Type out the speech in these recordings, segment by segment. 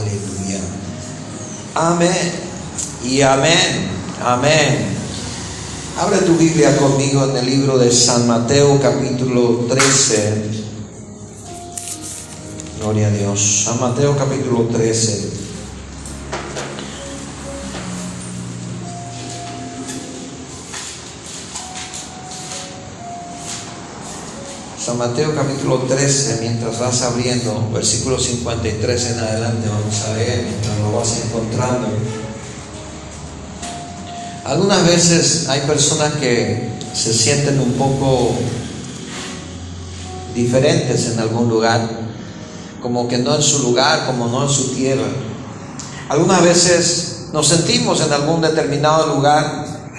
Aleluya. Amén y amén. Amén. Abre tu Biblia conmigo en el libro de San Mateo capítulo 13. Gloria a Dios. San Mateo capítulo 13. San Mateo capítulo 13, mientras vas abriendo, versículo 53 en adelante, vamos a ver, mientras lo vas encontrando. Algunas veces hay personas que se sienten un poco diferentes en algún lugar, como que no en su lugar, como no en su tierra. Algunas veces nos sentimos en algún determinado lugar,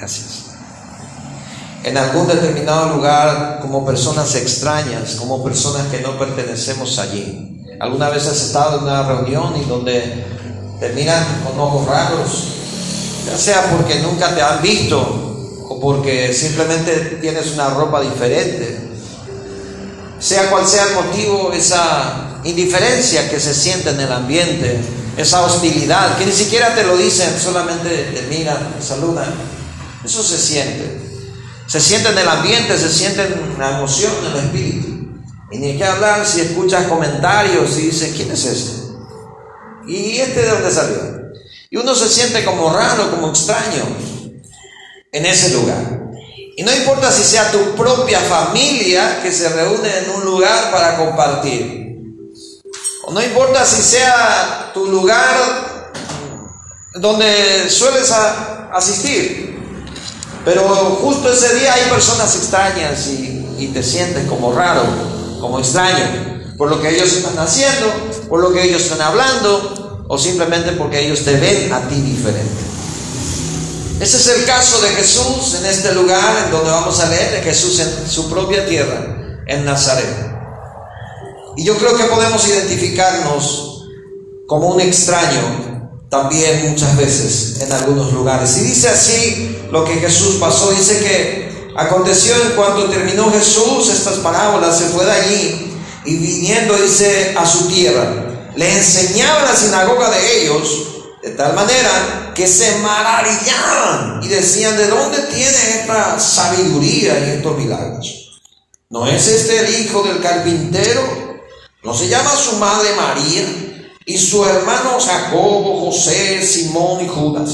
en algún determinado lugar como personas extrañas, como personas que no pertenecemos allí. Algunas veces has estado en una reunión y donde te miran con ojos raros, ya sea porque nunca te han visto o porque simplemente tienes una ropa diferente. Sea cual sea el motivo, esa indiferencia que se siente en el ambiente, esa hostilidad que ni siquiera te lo dicen, solamente te miran, te saludan. Eso se siente. Se siente en el ambiente, se siente en la emoción, en el espíritu. Y ni qué hablar si escuchas comentarios y dices, ¿quién es este? ¿Y este de dónde salió? Y uno se siente como raro, como extraño en ese lugar. Y no importa si sea tu propia familia que se reúne en un lugar para compartir. O no importa si sea tu lugar donde sueles asistir. Pero justo ese día hay personas extrañas y te sientes como raro, como extraño, por lo que ellos están haciendo, por lo que ellos están hablando, o simplemente porque ellos te ven a ti diferente. Ese es el caso de Jesús en este lugar en donde vamos a leer de Jesús en su propia tierra, en Nazaret. Y yo creo que podemos identificarnos como un extraño también muchas veces en algunos lugares. Y dice así lo que Jesús pasó. Dice que aconteció en cuanto terminó Jesús estas parábolas, se fue de allí y viniendo, dice, a su tierra, le enseñaba en la sinagoga de ellos, de tal manera que se maravillaban y decían, ¿de dónde tiene esta sabiduría y estos milagros? ¿No es este el hijo del carpintero? ¿No se llama su madre María? Y su hermano Jacobo, José, Simón y Judas.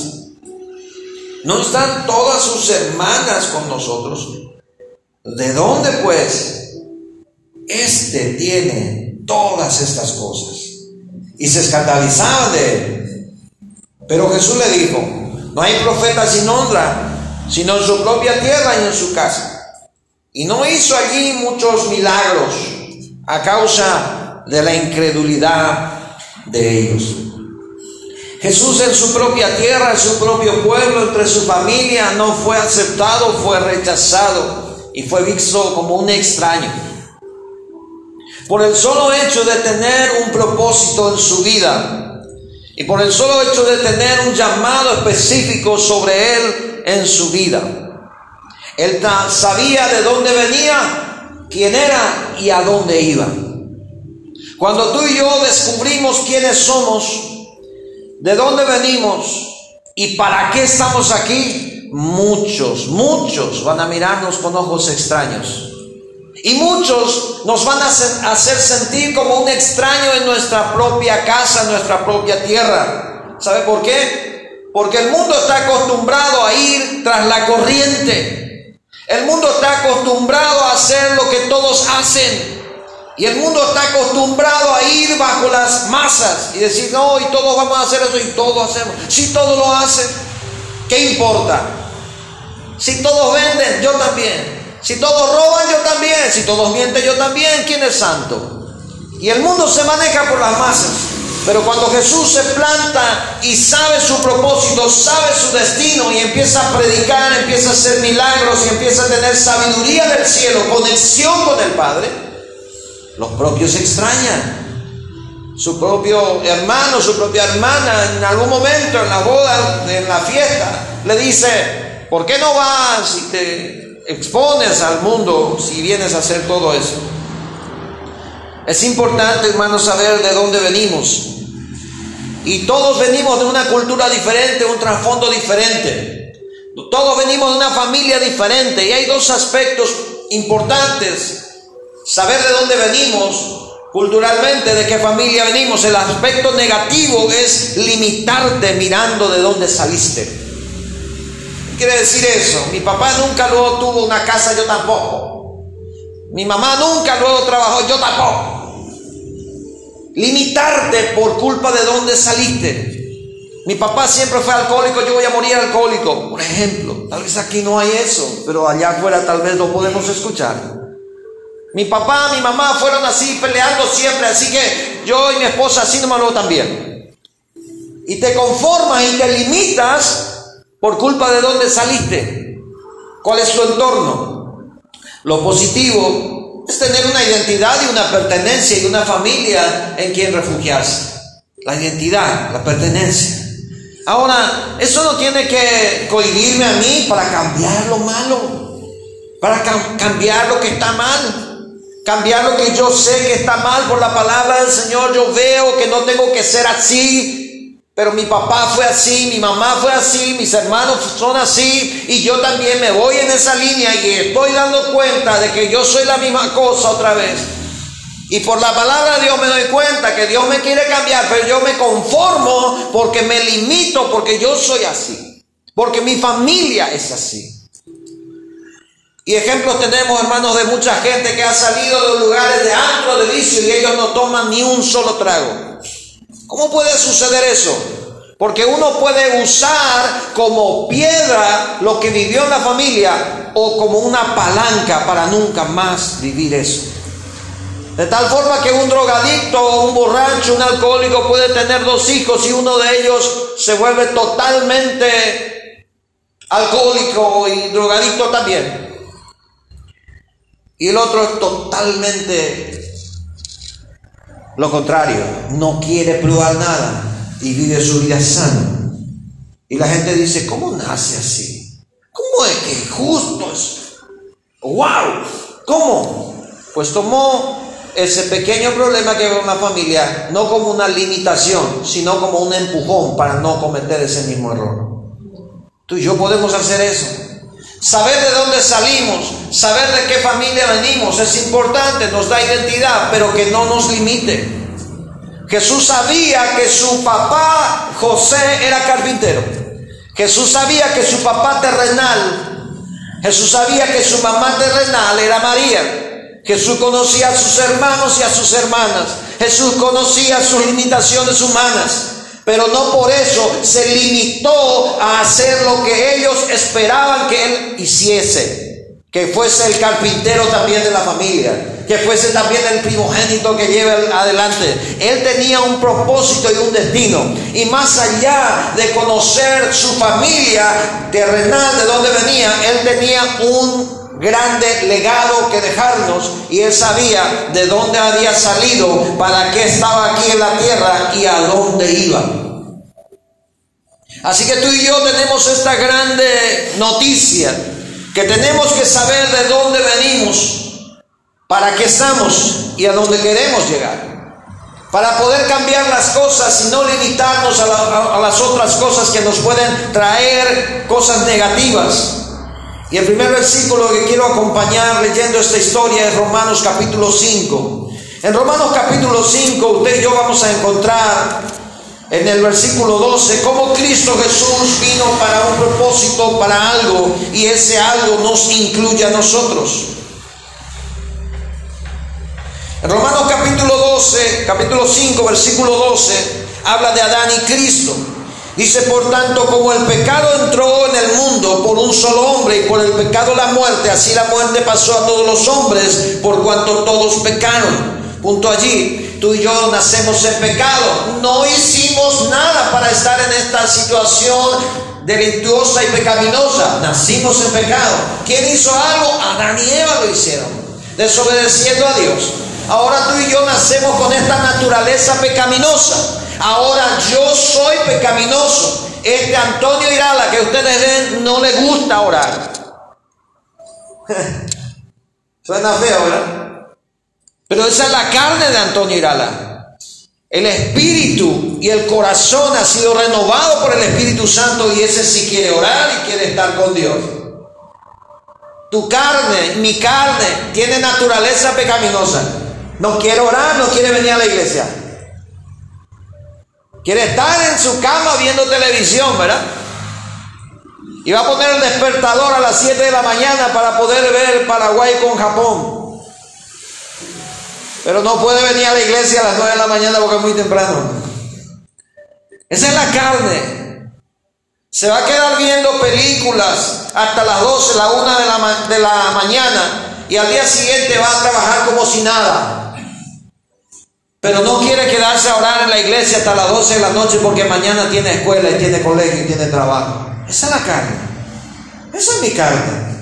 ¿No están todas sus hermanas con nosotros? ¿De dónde pues este tiene todas estas cosas? Y se escandalizaban de él. Pero Jesús le dijo, no hay profeta sin honra, sino en su propia tierra y en su casa. Y no hizo allí muchos milagros a causa de la incredulidad de ellos. Jesús en su propia tierra, en su propio pueblo, entre su familia, no fue aceptado, fue rechazado y fue visto como un extraño. Por el solo hecho de tener un propósito en su vida y por el solo hecho de tener un llamado específico sobre él en su vida. Él sabía de dónde venía, quién era y a dónde iba. Cuando tú y yo descubrimos quiénes somos, de dónde venimos y para qué estamos aquí, muchos van a mirarnos con ojos extraños. Y muchos nos van a hacer sentir como un extraño en nuestra propia casa, en nuestra propia tierra. ¿Sabe por qué? Porque el mundo está acostumbrado a ir tras la corriente. El mundo está acostumbrado a hacer lo que todos hacen. Y el mundo está acostumbrado a ir bajo las masas y decir, no, y todos vamos a hacer eso y todos hacemos. Si todos lo hacen, ¿qué importa? Si todos venden, yo también. Si todos roban, yo también. Si todos mienten, yo también. ¿Quién es santo? Y el mundo se maneja por las masas. Pero cuando Jesús se planta y sabe su propósito, sabe su destino y empieza a predicar, empieza a hacer milagros y empieza a tener sabiduría del cielo, conexión con el Padre, los propios se extrañan. Su propio hermano, su propia hermana, en algún momento en la boda, en la fiesta, le dice, ¿por qué no vas y te expones al mundo si vienes a hacer todo eso? Es importante, hermanos, saber de dónde venimos. Y todos venimos de una cultura diferente, un trasfondo diferente. Todos venimos de una familia diferente. Y hay dos aspectos importantes. Saber de dónde venimos culturalmente, de qué familia venimos. El aspecto negativo es limitarte mirando de dónde saliste. ¿Qué quiere decir eso? Mi papá nunca luego tuvo una casa, yo tampoco. Mi mamá nunca luego trabajó, yo tampoco. Limitarte por culpa de dónde saliste. Mi papá siempre fue alcohólico, yo voy a morir alcohólico, por ejemplo. Tal vez aquí no hay eso, pero allá afuera tal vez lo podemos escuchar. Mi papá, mi mamá fueron así, peleando siempre, así que yo y mi esposa así nomás luego también. Y te conformas y te limitas por culpa de dónde saliste. ¿Cuál es tu entorno? Lo positivo es tener una identidad y una pertenencia y una familia en quien refugiarse. La identidad, la pertenencia. Ahora, eso no tiene que cohibirme a mí para cambiar lo malo, para cambiar lo que está mal, cambiar lo que yo sé que está mal por la palabra del Señor. Yo veo que no tengo que ser así, pero mi papá fue así, mi mamá fue así, mis hermanos son así, y yo también me voy en esa línea y estoy dando cuenta de que yo soy la misma cosa otra vez. Y por la palabra de Dios me doy cuenta que Dios me quiere cambiar, pero yo me conformo porque me limito, porque yo soy así, porque mi familia es así. Y ejemplos tenemos, hermanos, de mucha gente que ha salido de lugares de antro, de vicio, y ellos no toman ni un solo trago. ¿Cómo puede suceder eso? Porque uno puede usar como piedra lo que vivió en la familia o como una palanca para nunca más vivir eso. De tal forma que un drogadicto, un borracho, un alcohólico puede tener dos hijos y uno de ellos se vuelve totalmente alcohólico y drogadicto también. Y el otro es totalmente lo contrario, no quiere probar nada y vive su vida sana. Y la gente dice, ¿cómo nace así? ¿Cómo es que justo es? ¡Wow! ¿Cómo? Pues tomó ese pequeño problema que ve una familia no como una limitación, sino como un empujón para no cometer ese mismo error. Tú y yo podemos hacer eso. Saber de dónde salimos, saber de qué familia venimos es importante, nos da identidad, pero que no nos limite. Jesús sabía que su papá José era carpintero. Jesús sabía que su papá terrenal, Jesús sabía que su mamá terrenal era María. Jesús conocía a sus hermanos y a sus hermanas. Jesús conocía sus limitaciones humanas. Pero no por eso se limitó a hacer lo que ellos esperaban que él hiciese. Que fuese el carpintero también de la familia. Que fuese también el primogénito que lleve adelante. Él tenía un propósito y un destino. Y más allá de conocer su familia terrenal, de dónde venía, él tenía un grande legado que dejarnos, y él sabía de dónde había salido, para qué estaba aquí en la tierra y a dónde iba. Así que tú y yo tenemos esta grande noticia, que tenemos que saber de dónde venimos, para qué estamos y a dónde queremos llegar, para poder cambiar las cosas y no limitarnos a las otras cosas que nos pueden traer cosas negativas. Y el primer versículo que quiero acompañar leyendo esta historia es Romanos capítulo 5. En Romanos capítulo 5 usted y yo vamos a encontrar en el versículo 12 cómo Cristo Jesús vino para un propósito, para algo, y ese algo nos incluye a nosotros. En Romanos capítulo 5, versículo 12, habla de Adán y Cristo. Dice, por tanto, como el pecado entró en el mundo por un solo hombre, y por el pecado la muerte, así la muerte pasó a todos los hombres, por cuanto todos pecaron. Punto allí. Tú y yo nacemos en pecado. No hicimos nada para estar en esta situación delictuosa y pecaminosa. Nacimos en pecado. ¿Quién hizo algo? Adán y Eva lo hicieron, desobedeciendo a Dios. Ahora tú y yo nacemos con esta naturaleza pecaminosa. Ahora yo soy pecaminoso. Antonio Irala que ustedes ven no le gusta orar. Suena feo, ¿verdad? Pero esa es la carne de Antonio Irala. El espíritu y el corazón ha sido renovado por el Espíritu Santo, y ese sí quiere orar y quiere estar con Dios. Tu carne, mi carne, tiene naturaleza pecaminosa. No quiere orar, no quiere venir a la iglesia. Quiere estar en su cama viendo televisión, ¿verdad? Y va a poner el despertador a las 7 de la mañana para poder ver Paraguay con Japón. Pero no puede venir a la iglesia a las 9 de la mañana porque es muy temprano. Esa es la carne. Se va a quedar viendo películas hasta las 12, la 1 de la mañana, y al día siguiente va a trabajar como si nada. Pero no quiere quedarse a orar en la iglesia hasta las 12 de la noche porque mañana tiene escuela y tiene colegio y tiene trabajo. Esa es la carne. Esa es mi carne.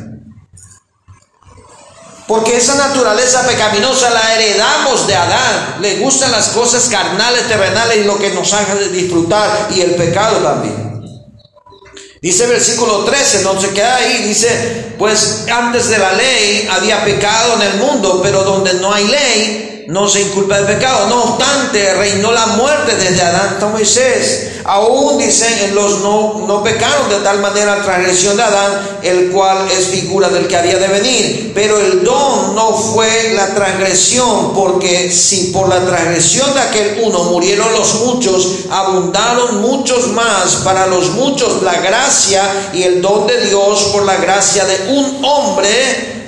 Porque esa naturaleza pecaminosa la heredamos de Adán. Le gustan las cosas carnales, terrenales, y lo que nos haga disfrutar, y el pecado también. Dice el versículo 13, no se queda ahí, dice: pues antes de la ley había pecado en el mundo, pero donde no hay ley no se inculpa el pecado. No obstante, reinó la muerte desde Adán hasta Moisés. Aún dice, en los no pecaron de tal manera la transgresión de Adán, el cual es figura del que había de venir. Pero el don no fue la transgresión, porque si por la transgresión de aquel uno murieron los muchos, abundaron muchos más para los muchos la gracia y el don de Dios por la gracia de un hombre,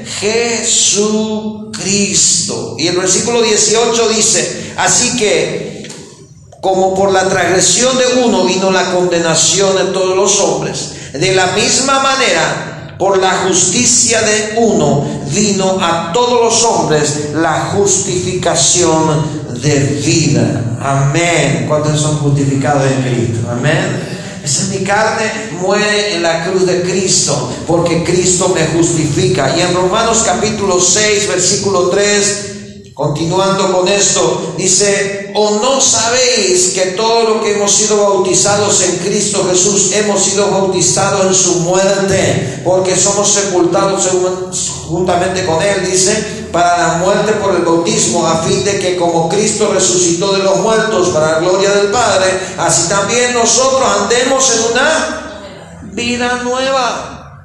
Jesucristo. Y el versículo 18 dice: así que como por la transgresión de uno vino la condenación de todos los hombres, de la misma manera por la justicia de uno vino a todos los hombres la justificación de vida. Amén. ¿Cuántos son justificados en Cristo? Amén. Esa es mi carne, muere en la cruz de Cristo, porque Cristo me justifica. Y en Romanos capítulo 6, versículo 3, continuando con esto, dice: ¿o no sabéis que todo lo que hemos sido bautizados en Cristo Jesús hemos sido bautizados en su muerte? Porque somos sepultados juntamente con Él, dice, para la muerte por el bautismo, a fin de que como Cristo resucitó de los muertos para la gloria del Padre, así también nosotros andemos en una vida nueva.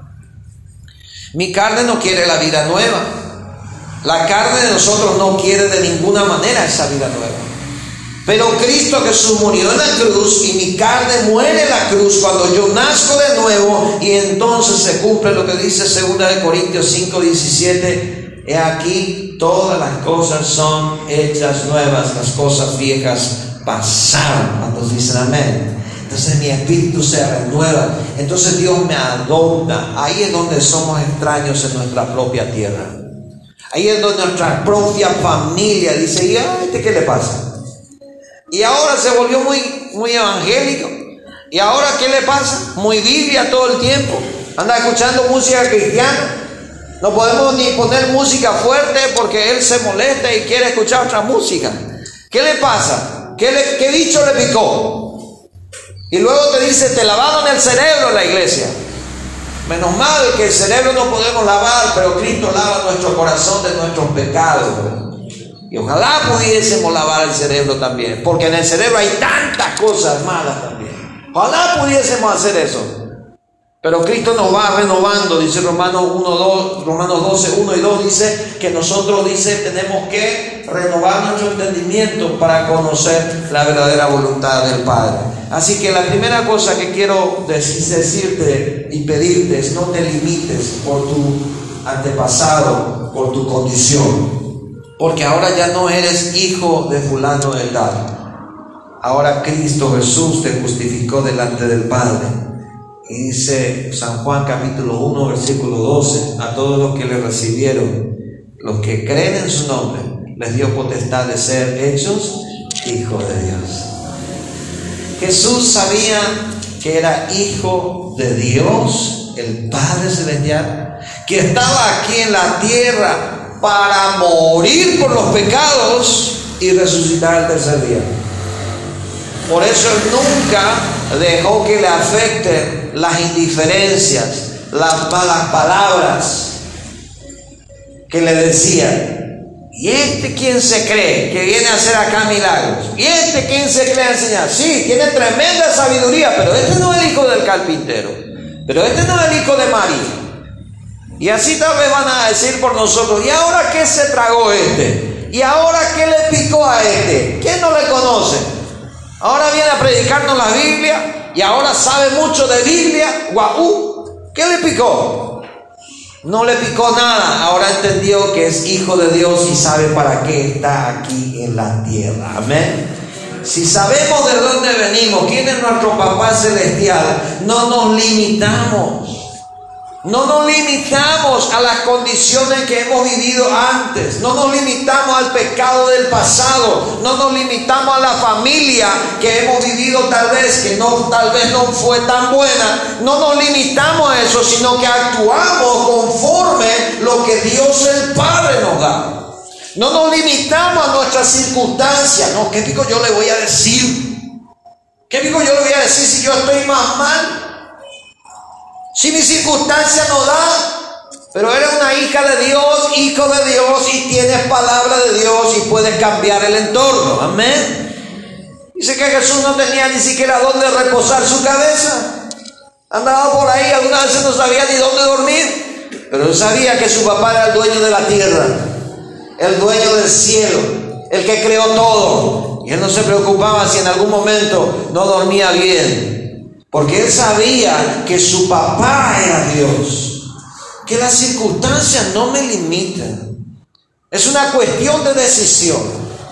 Mi carne no quiere la vida nueva. La carne de nosotros no quiere de ninguna manera esa vida nueva. Pero Cristo Jesús murió en la cruz, y mi carne muere en la cruz cuando yo nazco de nuevo, y entonces se cumple lo que dice 2 Corintios 5:17: he aquí, todas las cosas son hechas nuevas, las cosas viejas pasaron. ¿Cuántos dicen amén? Entonces mi espíritu se renueva, entonces Dios me adopta. Ahí es donde somos extraños en nuestra propia tierra. Ahí es donde nuestra propia familia dice: ¿y a este qué le pasa? Y ahora se volvió muy evangélico. ¿Y ahora qué le pasa? Muy Biblia todo el tiempo. Anda escuchando música cristiana. No podemos ni poner música fuerte porque él se molesta y quiere escuchar otra música. ¿Qué le pasa? ¿Qué bicho le picó? Y luego te dice: te lavaron el cerebro en la iglesia. Menos mal que el cerebro no podemos lavar, pero Cristo lava nuestro corazón de nuestros pecados. Y ojalá pudiésemos lavar el cerebro también, porque en el cerebro hay tantas cosas malas también. Ojalá pudiésemos hacer eso. Pero Cristo nos va renovando, dice Romanos 12, 1 y 2, dice que nosotros, tenemos que renovar nuestro entendimiento para conocer la verdadera voluntad del Padre. Así que la primera cosa que quiero decirte y pedirte es: no te limites por tu antepasado, por tu condición. Porque ahora ya no eres hijo de fulano de tal. Ahora Cristo Jesús te justificó delante del Padre. Y dice San Juan capítulo 1 versículo 12: a todos los que le recibieron, los que creen en su nombre, les dio potestad de ser hechos hijos de Dios. Jesús sabía que era hijo de Dios, el Padre Celestial, que estaba aquí en la tierra para morir por los pecados y resucitar al tercer día. Por eso Él nunca dejó que le afecten las indiferencias, las malas palabras que le decían. ¿Y este quién se cree que viene a hacer acá milagros? ¿Y este quién se cree a enseñar? Sí, tiene tremenda sabiduría, pero este no es el hijo del carpintero, pero este no es el hijo de María. Y así tal vez van a decir por nosotros, ¿y ahora qué se tragó este? ¿Y ahora qué le picó a este? ¿Quién no le conoce? Ahora viene a predicarnos la Biblia y ahora sabe mucho de Biblia. ¡Guau! ¿Qué le picó? No le picó nada. Ahora entendió que es hijo de Dios y sabe para qué está aquí en la tierra. Amén. Si sabemos de dónde venimos, quién es nuestro Papá Celestial, no nos limitamos. No nos limitamos a las condiciones que hemos vivido antes. No nos limitamos al pecado del pasado. No nos limitamos a la familia que hemos vivido tal vez no fue tan buena. No nos limitamos a eso, sino que actuamos conforme lo que Dios el Padre nos da. No nos limitamos a nuestras circunstancias. No, ¿qué digo yo le voy a decir? ¿Qué digo yo le voy a decir si yo estoy más mal? Si mi circunstancia no da, pero eres una hija de Dios, hijo de Dios, y tienes palabra de Dios y puedes cambiar el entorno. Amén. Dice que Jesús no tenía ni siquiera dónde reposar su cabeza. Andaba por ahí, algunas veces no sabía ni dónde dormir, pero él sabía que su papá era el dueño de la tierra, el dueño del cielo, el que creó todo. Y él no se preocupaba si en algún momento no dormía bien, porque él sabía que su papá era Dios, que las circunstancias no me limitan. Es una cuestión de decisión.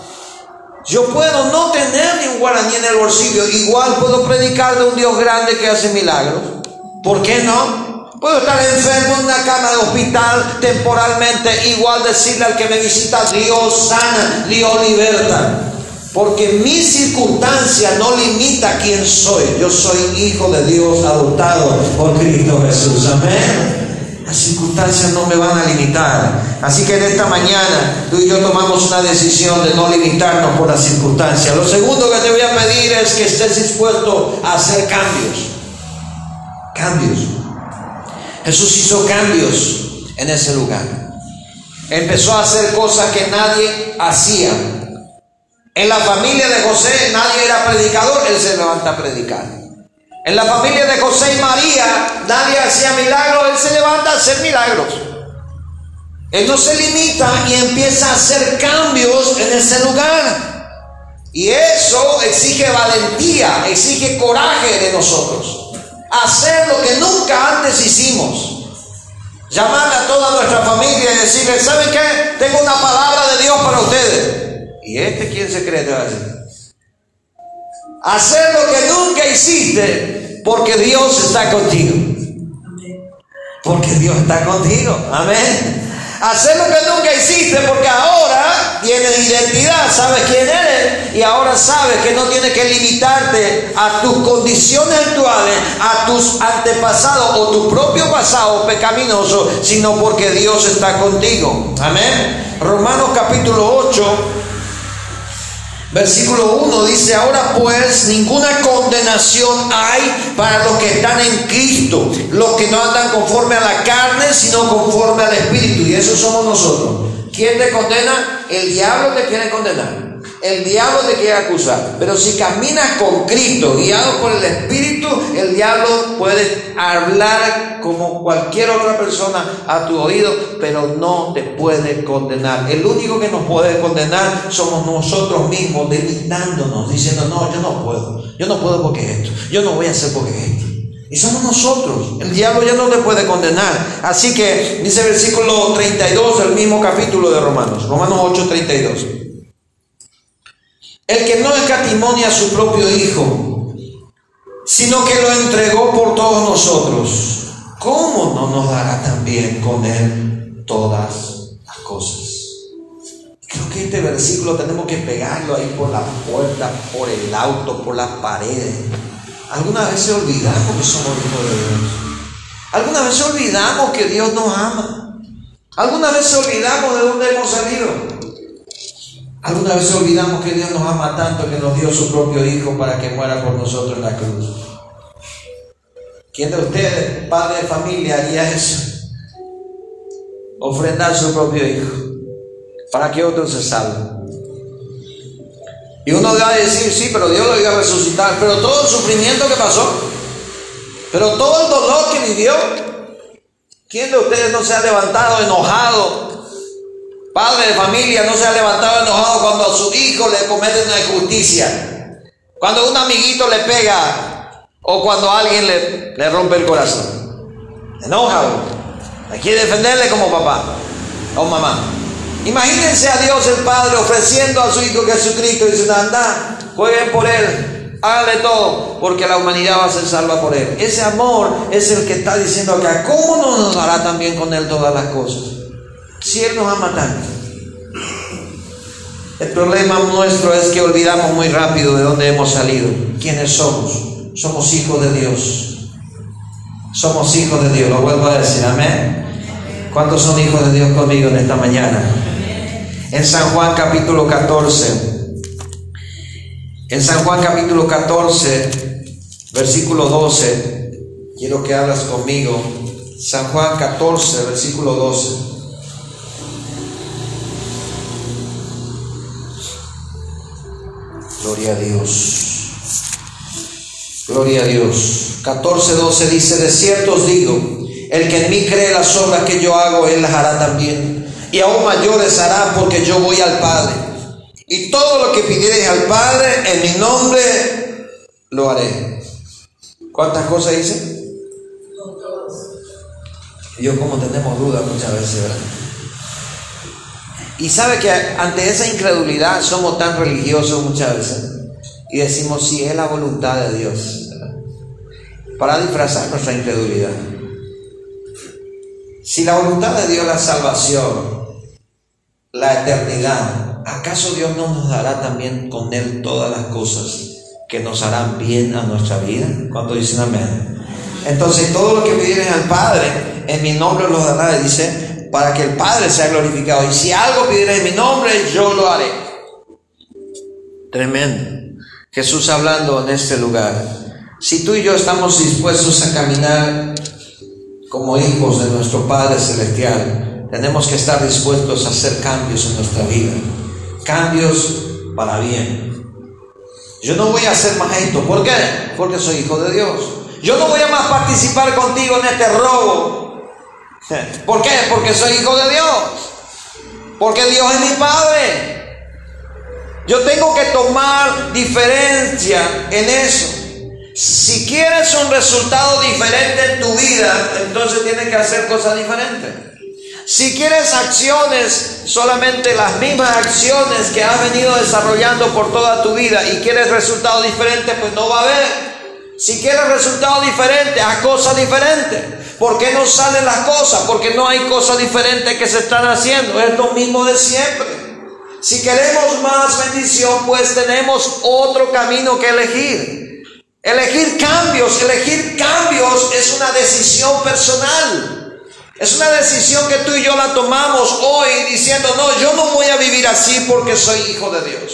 Yo puedo no tener ni un guaraní en el bolsillo, igual puedo predicar de un Dios grande que hace milagros. ¿Por qué no? Puedo estar enfermo en una cama de hospital temporalmente, igual decirle al que me visita, Dios sana, Dios liberta. Porque mi circunstancia no limita quién soy. Yo soy hijo de Dios adoptado por Cristo Jesús. Amén. Las circunstancias no me van a limitar. Así que en esta mañana tú y yo tomamos una decisión de no limitarnos por las circunstancias. Lo segundo que te voy a pedir es que estés dispuesto a hacer cambios. Cambios. Jesús hizo cambios en ese lugar. Empezó a hacer cosas que nadie hacía. En la familia de José nadie era predicador, él se levanta a predicar. En la familia de José y María nadie hacía milagros, él se levanta a hacer milagros. Él no se limita y empieza a hacer cambios en ese lugar. Y eso exige valentía, exige coraje de nosotros. Hacer lo que nunca antes hicimos. Llamar a toda nuestra familia y decirle, ¿saben qué? Tengo una palabra de Dios para ustedes. ¿Y este quién se cree que va a hacer? Hacer lo que nunca hiciste, porque Dios está contigo. Porque Dios está contigo. Amén. Hacer lo que nunca hiciste, porque ahora tienes identidad, sabes quién eres, y ahora sabes que no tienes que limitarte a tus condiciones actuales, a tus antepasados o tu propio pasado pecaminoso, sino porque Dios está contigo. Amén. Romanos capítulo 8. Versículo 1 dice, ahora pues ninguna condenación hay para los que están en Cristo, los que no andan conforme a la carne, sino conforme al Espíritu. Y eso somos nosotros. ¿Quién te condena? El diablo te quiere condenar. El diablo te quiere acusar. Pero si caminas con Cristo, guiado por el Espíritu, el diablo puede hablar como cualquier otra persona a tu oído, pero no te puede condenar. El único que nos puede condenar somos nosotros mismos, limitándonos, diciendo, no, yo no puedo porque esto, yo no voy a hacer porque esto. Y somos nosotros. El diablo ya no te puede condenar. Así que dice el versículo 32 del mismo capítulo de Romanos 8:32. El que no escatimó a su propio Hijo, sino que lo entregó por todos nosotros, ¿cómo no nos dará también con Él todas las cosas? Creo que este versículo tenemos que pegarlo ahí por la puerta, por el auto, por las paredes. ¿Alguna vez olvidamos que somos hijos de Dios? ¿Alguna vez olvidamos que Dios nos ama? ¿Alguna vez olvidamos de dónde hemos salido? ¿Alguna vez olvidamos que Dios nos ama tanto que nos dio su propio Hijo para que muera por nosotros en la cruz? ¿Quién de ustedes, padre de familia, haría eso? Ofrendar su propio Hijo. para que otros se salven. Y uno va a decir, sí, pero Dios lo iba a resucitar. Pero todo el sufrimiento que pasó, pero todo el dolor que vivió, ¿quién de ustedes no se ha levantado enojado? Padre de familia no se ha levantado enojado cuando a su hijo le cometen una injusticia, cuando un amiguito le pega o cuando alguien le rompe el corazón. Enoja, hay que defenderle como papá o mamá. Imagínense a Dios el Padre ofreciendo a su Hijo Jesucristo y diciendo, anda, jueguen por Él, háganle todo, porque la humanidad va a ser salva por Él. Ese amor es el que está diciendo acá, ¿cómo no nos dará también con Él todas las cosas? Si Él nos ama tanto. El problema nuestro es que olvidamos muy rápido de dónde hemos salido, quiénes somos. Somos hijos de Dios. Somos hijos de Dios, lo vuelvo a decir, amén. ¿Cuántos son hijos de Dios conmigo en esta mañana? En San Juan capítulo 14, en San Juan capítulo 14, versículo 12, quiero que hablas conmigo. San Juan 14, versículo 12. Gloria a Dios. Gloria a Dios. 14:12 dice, de cierto os digo, el que en mí cree las obras que yo hago, él las hará también, y aún mayores hará, porque yo voy al Padre. Y todo lo que pidiereis al Padre en mi nombre, lo haré. ¿Cuántas cosas dice? Y yo como tenemos dudas muchas veces, ¿verdad? Y sabe que ante esa incredulidad somos tan religiosos muchas veces y decimos, sí, es la voluntad de Dios, ¿verdad? Para disfrazar nuestra incredulidad. Si la voluntad de Dios es la salvación, la eternidad, ¿acaso Dios no nos dará también con Él todas las cosas que nos harán bien a nuestra vida? Cuando dicen amén. Entonces todo lo que pidieres al Padre en mi nombre lo dará, dice, para que el Padre sea glorificado. Y si algo pidieres en mi nombre, yo lo haré. Tremendo. Jesús hablando en este lugar. Si tú y yo estamos dispuestos a caminar como hijos de nuestro Padre Celestial, tenemos que estar dispuestos a hacer cambios en nuestra vida. Cambios para bien. Yo no voy a hacer más esto. ¿Por qué? Porque soy hijo de Dios. Yo no voy a más participar contigo en este robo. ¿Por qué? Porque soy hijo de Dios. Porque Dios es mi Padre. Yo tengo que tomar diferencia en eso. Si quieres un resultado diferente en tu vida, entonces tienes que hacer cosas diferentes. Si quieres acciones, solamente las mismas acciones que has venido desarrollando por toda tu vida, y quieres resultados diferentes, pues no va a haber. Si quieres resultados diferentes, haz cosas diferentes. ¿Por qué no salen las cosas? Porque no hay cosas diferentes que se están haciendo. Es lo mismo de siempre. Si queremos más bendición, pues tenemos otro camino que elegir. Elegir cambios es una decisión personal. Es una decisión que tú y yo la tomamos hoy diciendo, no, yo no voy a vivir así porque soy hijo de Dios.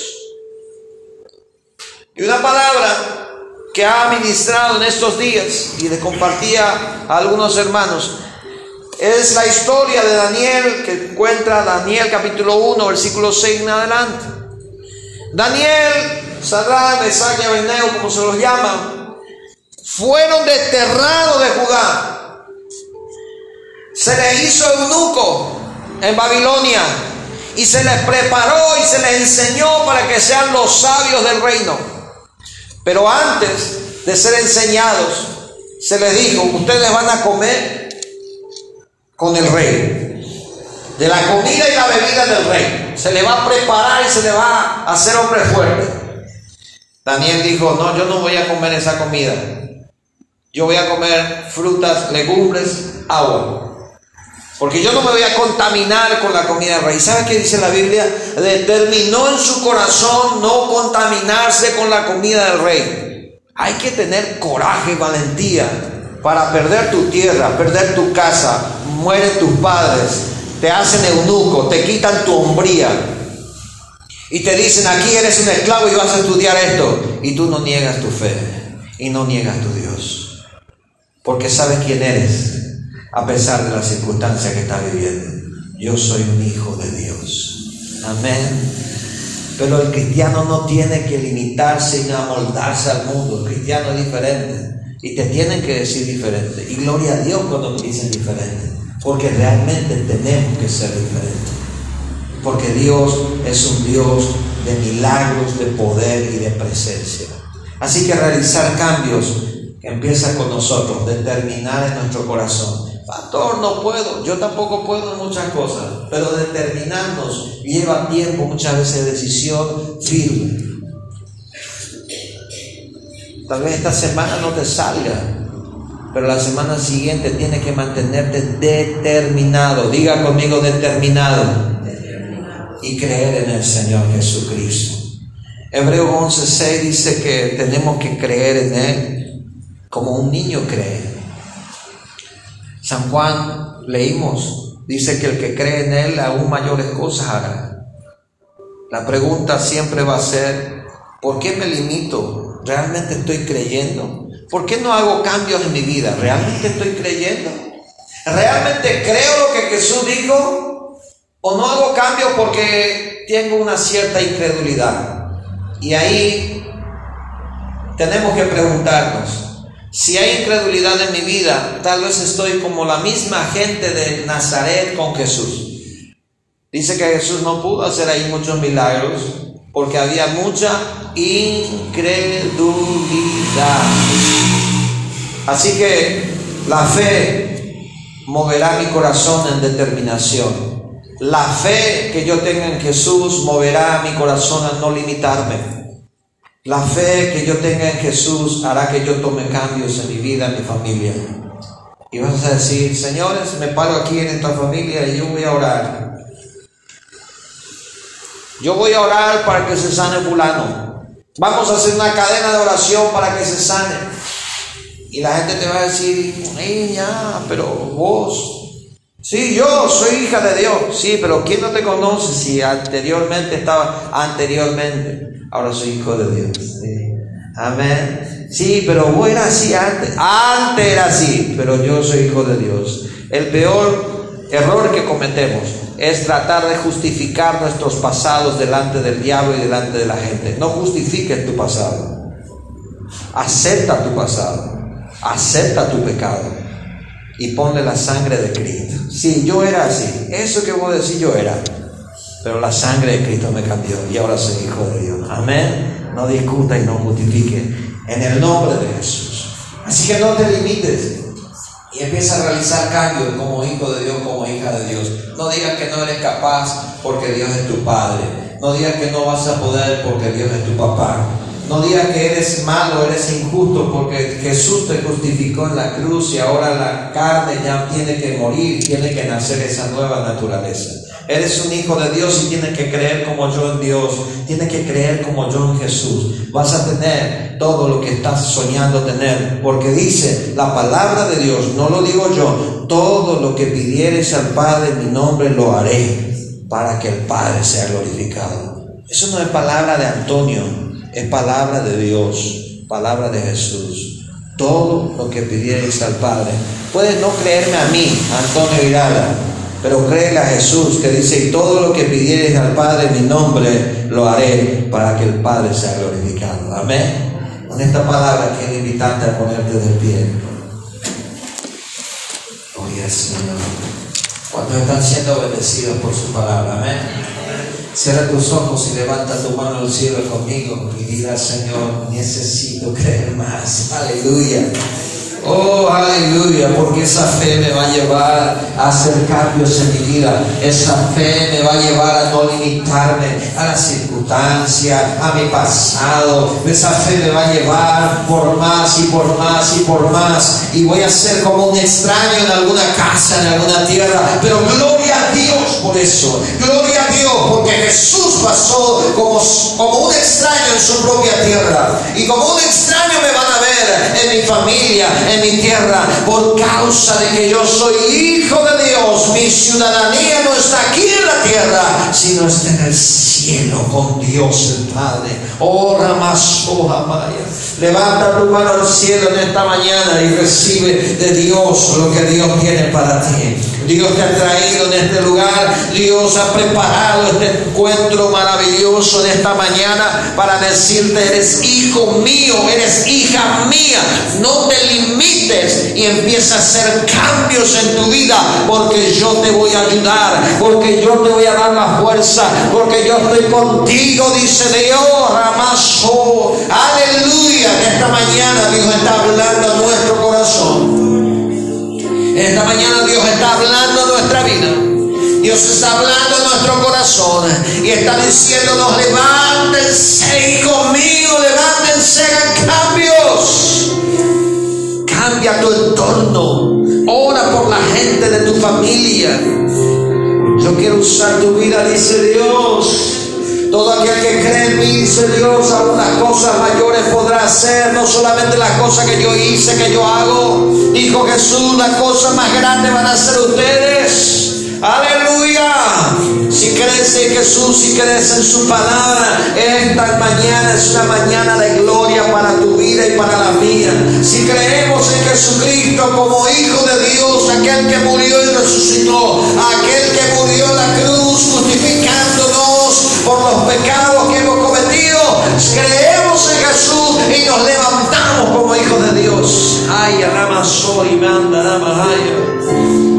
Y una palabra que ha ministrado en estos días y le compartía a algunos hermanos es la historia de Daniel, que encuentra Daniel capítulo 1 versículo 6 en adelante. Daniel, Sadrach, Mesach y Abednego, como se los llaman, fueron desterrados de Judá. Se les hizo eunuco en Babilonia y se les preparó y se les enseñó para que sean los sabios del reino. Pero antes de ser enseñados, se les dijo, ustedes van a comer con el rey. De la comida y la bebida del rey. Se le va a preparar y se le va a hacer hombre fuerte. Daniel dijo, no, yo no voy a comer esa comida. Yo voy a comer frutas, legumbres, agua. Porque yo no me voy a contaminar con la comida del rey. ¿Sabe qué dice la Biblia? Determinó en su corazón no contaminarse con la comida del rey. Hay que tener coraje y valentía para perder tu tierra, perder tu casa, mueren tus padres, te hacen eunuco, te quitan tu hombría y te dicen, aquí eres un esclavo y vas a estudiar esto, y tú no niegas tu fe y no niegas tu Dios, porque sabes quién eres a pesar de las circunstancias que estás viviendo. Yo soy un hijo de Dios. Amén. Pero el cristiano no tiene que limitarse ni amoldarse al mundo. El cristiano es diferente. Y te tienen que decir diferente. Y gloria a Dios cuando te dicen diferente. Porque realmente tenemos que ser diferentes. Porque Dios es un Dios de milagros, de poder y de presencia. Así que realizar cambios que empieza con nosotros, determinar en nuestro corazón. Pastor, no puedo, yo tampoco puedo en muchas cosas, pero determinarnos lleva tiempo, muchas veces decisión firme. Tal vez esta semana no te salga, pero la semana siguiente tienes que mantenerte determinado. Diga conmigo, determinado. Y creer en el Señor Jesucristo. Hebreos 11:6 dice que tenemos que creer en Él como un niño cree. San Juan, leímos, dice que el que cree en Él aún mayores cosas hará. La pregunta siempre va a ser, ¿por qué me limito? ¿Realmente estoy creyendo? ¿Por qué no hago cambios en mi vida? ¿Realmente estoy creyendo? ¿Realmente creo lo que Jesús dijo? ¿O no hago cambios porque tengo una cierta incredulidad? Y ahí tenemos que preguntarnos, si hay incredulidad en mi vida, tal vez estoy como la misma gente de Nazaret con Jesús. Dice que Jesús no pudo hacer ahí muchos milagros porque había mucha incredulidad. Así que la fe moverá mi corazón en determinación. La fe que yo tenga en Jesús moverá mi corazón a no limitarme. La fe que yo tenga en Jesús hará que yo tome cambios en mi vida, en mi familia. Y vas a decir, señores, me paro aquí en esta familia y yo voy a orar. Yo voy a orar para que se sane fulano. Vamos a hacer una cadena de oración para que se sane. Y la gente te va a decir, ya, pero vos... Sí, yo soy hija de Dios. Sí, pero ¿quién no te conoce si anteriormente estaba anteriormente? Ahora soy hijo de Dios. Sí. Amén. Sí, pero vos eras así antes. Antes era así, pero yo soy hijo de Dios. El peor error que cometemos es tratar de justificar nuestros pasados delante del diablo y delante de la gente. No justifiques tu pasado. Acepta tu pasado. Acepta tu pecado. Y ponle la sangre de Cristo. Sí, yo era así. Eso que vos decís yo era. Pero la sangre de Cristo me cambió y ahora soy hijo de Dios. Amén. No discuta y no justifique. En el nombre de Jesús. Así que no te limites. Y empieza a realizar cambios como hijo de Dios, como hija de Dios. No digas que no eres capaz porque Dios es tu Padre. No digas que no vas a poder porque Dios es tu papá. No digas que eres malo, eres injusto porque Jesús te justificó en la cruz y ahora la carne ya tiene que morir, tiene que nacer esa nueva naturaleza. Eres un hijo de Dios y tienes que creer como yo en Dios, tienes que creer como yo en Jesús. Vas a tener todo lo que estás soñando tener, porque dice la palabra de Dios, no lo digo yo, todo lo que pidieres al Padre en mi nombre lo haré para que el Padre sea glorificado. Eso no es palabra de Antonio. Es palabra de Dios, palabra de Jesús. Todo lo que pidierais al Padre. Puedes no creerme a mí, Antonio Irala, pero créele a Jesús que dice, y todo lo que pidierais al Padre en mi nombre lo haré para que el Padre sea glorificado. Amén. Con esta palabra quiero invitarte a ponerte de pie. Oye, Señor, ¿cuántos están siendo bendecidos por su palabra? Amén. Cierra tus ojos y levanta tu mano al cielo conmigo y diga, Señor, necesito creer más. Aleluya. Oh, aleluya, porque esa fe me va a llevar a hacer cambios en mi vida. Esa fe me va a llevar a no limitarme a las circunstancias, a mi pasado. Esa fe me va a llevar por más y por más y por más. Y voy a ser como un extraño en alguna casa, en alguna tierra. Pero gloria a Dios por eso. Gloria a Dios porque Jesús pasó como un extraño en su propia tierra. Y como un extraño me van a ver en mi familia, en mi tierra, por causa de que yo soy hijo de Dios. Mi ciudadanía no está aquí en la tierra, sino está en el cielo con Dios el Padre. Oh, Ramasoja Maya. Levanta tu mano al cielo en esta mañana y recibe de Dios lo que Dios tiene para ti. Dios te ha traído en este lugar. Dios ha preparado este encuentro maravilloso en esta mañana para decirte: eres hijo mío, eres hija mía. No te limites y empieza a hacer cambios en tu vida, porque yo te voy a ayudar, porque yo te voy a dar la fuerza, porque yo estoy contigo, dice Dios. Ramazo, aleluya. En esta mañana Dios está hablando a nuestro corazón. Esta mañana Dios está hablando a nuestra vida. Dios está hablando a nuestro corazón y está diciéndonos: levántense, hijo mío, levántense, hagan cambios. Cambia tu entorno. Ora por la gente de tu familia. Yo quiero usar tu vida, dice Dios. Todo aquel que cree en mí, dice Dios, algunas cosas mayores podrá hacer, no solamente las cosas que yo hice, que yo hago. Dijo Jesús: las cosas más grandes van a ser ustedes. Aleluya. Si crees en Jesús, si crees en su palabra, esta mañana es una mañana de gloria para tu vida y para la mía. Si creemos en Jesucristo como Hijo de Dios, aquel que murió y resucitó, aquel que murió en la cruz justificándonos por los pecados que hemos cometido, creemos en Jesús y nos levantamos como hijos de Dios. Ay, alama soy, manda, alama, ay.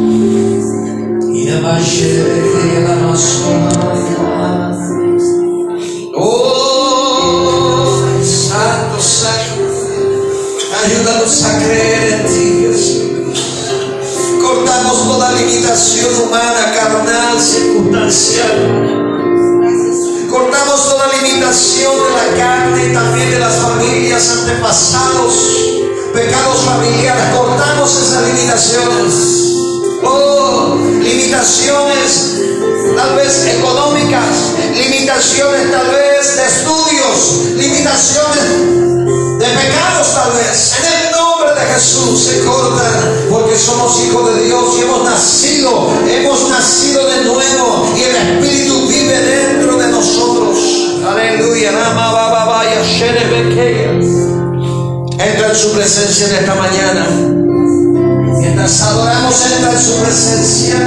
Oh, santo, santo, ayúdanos a creer en ti, Jesús. Cortamos toda limitación humana, carnal, circunstancial. Cortamos toda limitación de la carne y también de las familias, antepasados, pecados familiares. Cortamos esas limitaciones. Oh, limitaciones tal vez económicas, limitaciones tal vez de estudios, limitaciones de pecados tal vez. En el nombre de Jesús se cortan, porque somos hijos de Dios y hemos nacido de nuevo y el Espíritu vive dentro de nosotros. Aleluya. Entra en su presencia en esta mañana. Mientras adoramos, entra en su presencia.